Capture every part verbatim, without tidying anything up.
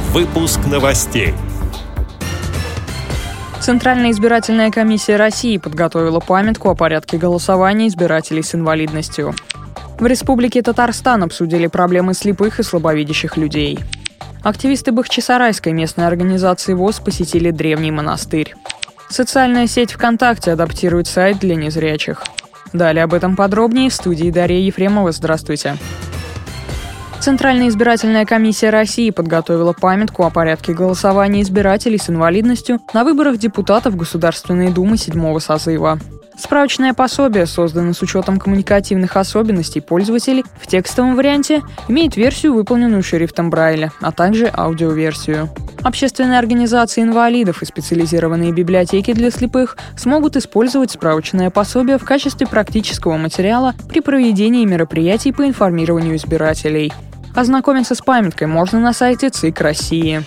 Выпуск новостей. Центральная избирательная комиссия России подготовила памятку о порядке голосования избирателей с инвалидностью. В Республике Татарстан обсудили проблемы слепых и слабовидящих людей. Активисты Бахчисарайской местной организации ВОС посетили древний монастырь. Социальная сеть ВКонтакте адаптирует сайт для незрячих. Далее об этом подробнее в студии Дарья Ефремова. Здравствуйте. Центральная избирательная комиссия России подготовила памятку о порядке голосования избирателей с инвалидностью на выборах депутатов Государственной Думы седьмого созыва. Справочное пособие создано с учетом коммуникативных особенностей пользователей в текстовом варианте, имеет версию, выполненную шрифтом Брайля, а также аудиоверсию. Общественные организации инвалидов и специализированные библиотеки для слепых смогут использовать справочное пособие в качестве практического материала при проведении мероприятий по информированию избирателей. Ознакомиться с памяткой можно на сайте ЦИК России.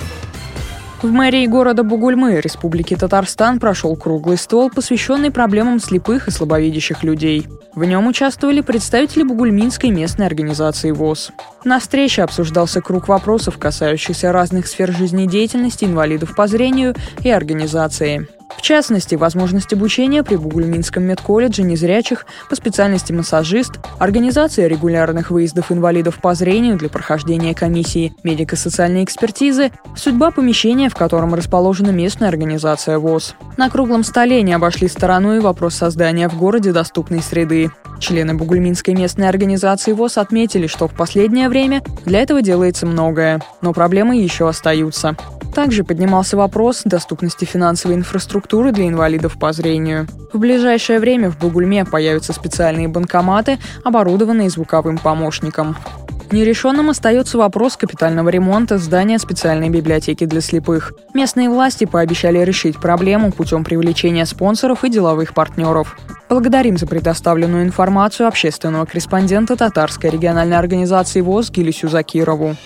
В мэрии города Бугульмы, Республики Татарстан, прошел круглый стол, посвященный проблемам слепых и слабовидящих людей. В нем участвовали представители Бугульминской местной организации ВОС. На встрече обсуждался круг вопросов, касающихся разных сфер жизнедеятельности инвалидов по зрению и организации. В частности, возможность обучения при Бугульминском медколледже незрячих по специальности массажист, организация регулярных выездов инвалидов по зрению для прохождения комиссии медико-социальной экспертизы, судьба помещения, в котором расположена местная организация ВОС. На круглом столе не обошли стороной вопрос создания в городе доступной среды. Члены Бугульминской местной организации ВОС отметили, что в последнее время для этого делается многое, но проблемы еще остаются. Также поднимался вопрос доступности финансовой инфраструктуры для инвалидов по зрению. В ближайшее время в Бугульме появятся специальные банкоматы, оборудованные звуковым помощником. Нерешенным остается вопрос капитального ремонта здания специальной библиотеки для слепых. Местные власти пообещали решить проблему путем привлечения спонсоров и деловых партнеров. Благодарим за предоставленную информацию общественного корреспондента Татарской региональной организации ВОС Гилисю Закирову.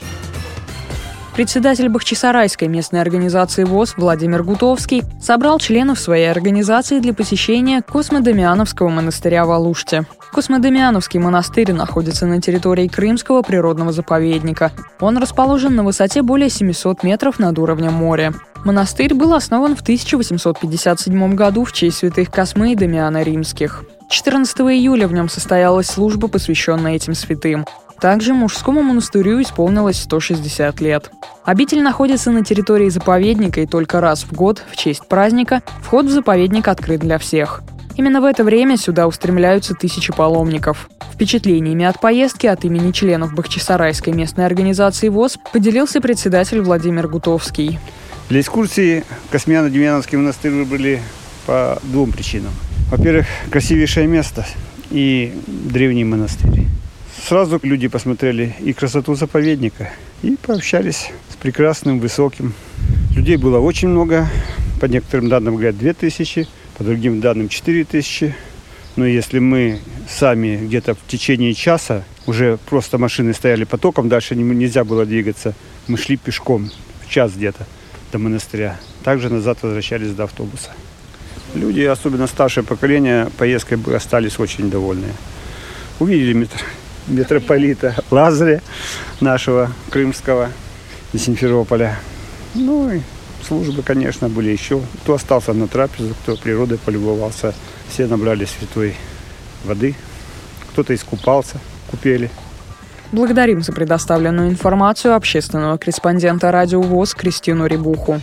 Председатель Бахчисарайской местной организации ВОС Владимир Гутовский собрал членов своей организации для посещения Космодемьяновского монастыря в Алуште. Космодемьяновский монастырь находится на территории Крымского природного заповедника. Он расположен на высоте более семисот метров над уровнем моря. Монастырь был основан в тысяча восемьсот пятьдесят седьмом году в честь святых Космы и Дамиана Римских. четырнадцатого июля в нем состоялась служба, посвященная этим святым. Также мужскому монастырю исполнилось сто шестьдесят лет. Обитель находится на территории заповедника, и только раз в год, в честь праздника, вход в заповедник открыт для всех. Именно в это время сюда устремляются тысячи паломников. Впечатлениями от поездки от имени членов Бахчисарайской местной организации ВОС поделился председатель Владимир Гутовский. Для экскурсии Космодемьяновский монастырь выбрали по двум причинам. Во-первых, красивейшее место и древний монастырь. Сразу люди посмотрели и красоту заповедника, и пообщались с прекрасным, высоким. Людей было очень много. По некоторым данным говорят две тысячи, по другим данным четыре тысячи. Но если мы сами где-то в течение часа, уже просто машины стояли потоком, дальше нельзя было двигаться, мы шли пешком в час где-то до монастыря. Также назад возвращались до автобуса. Люди, особенно старшее поколение, поездкой остались очень довольны. Увидели метро. митрополита Лазаря, нашего крымского, из Симферополя. Ну и службы, конечно, были еще. Кто остался на трапезу, кто природой полюбовался. Все набрали святой воды. Кто-то искупался, купели. Благодарим за предоставленную информацию общественного корреспондента радио ВОС Кристину Рябуху.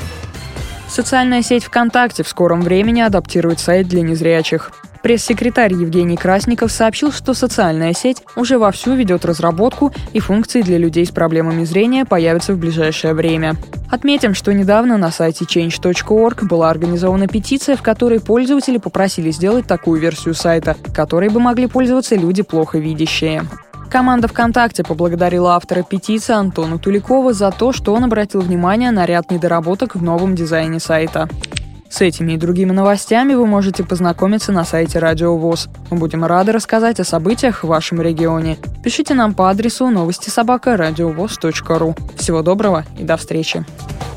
Социальная сеть ВКонтакте в скором времени адаптирует сайт для незрячих. Пресс-секретарь Евгений Красников сообщил, что социальная сеть уже вовсю ведет разработку, и функции для людей с проблемами зрения появятся в ближайшее время. Отметим, что недавно на сайте чейндж точка орг была организована петиция, в которой пользователи попросили сделать такую версию сайта, которой бы могли пользоваться люди плохо видящие. Команда ВКонтакте поблагодарила автора петиции Антона Туликова за то, что он обратил внимание на ряд недоработок в новом дизайне сайта. С этими и другими новостями вы можете познакомиться на сайте Радио ВОС. Мы будем рады рассказать о событиях в вашем регионе. Пишите нам по адресу новости собака радиовос точка ру. Всего доброго и до встречи!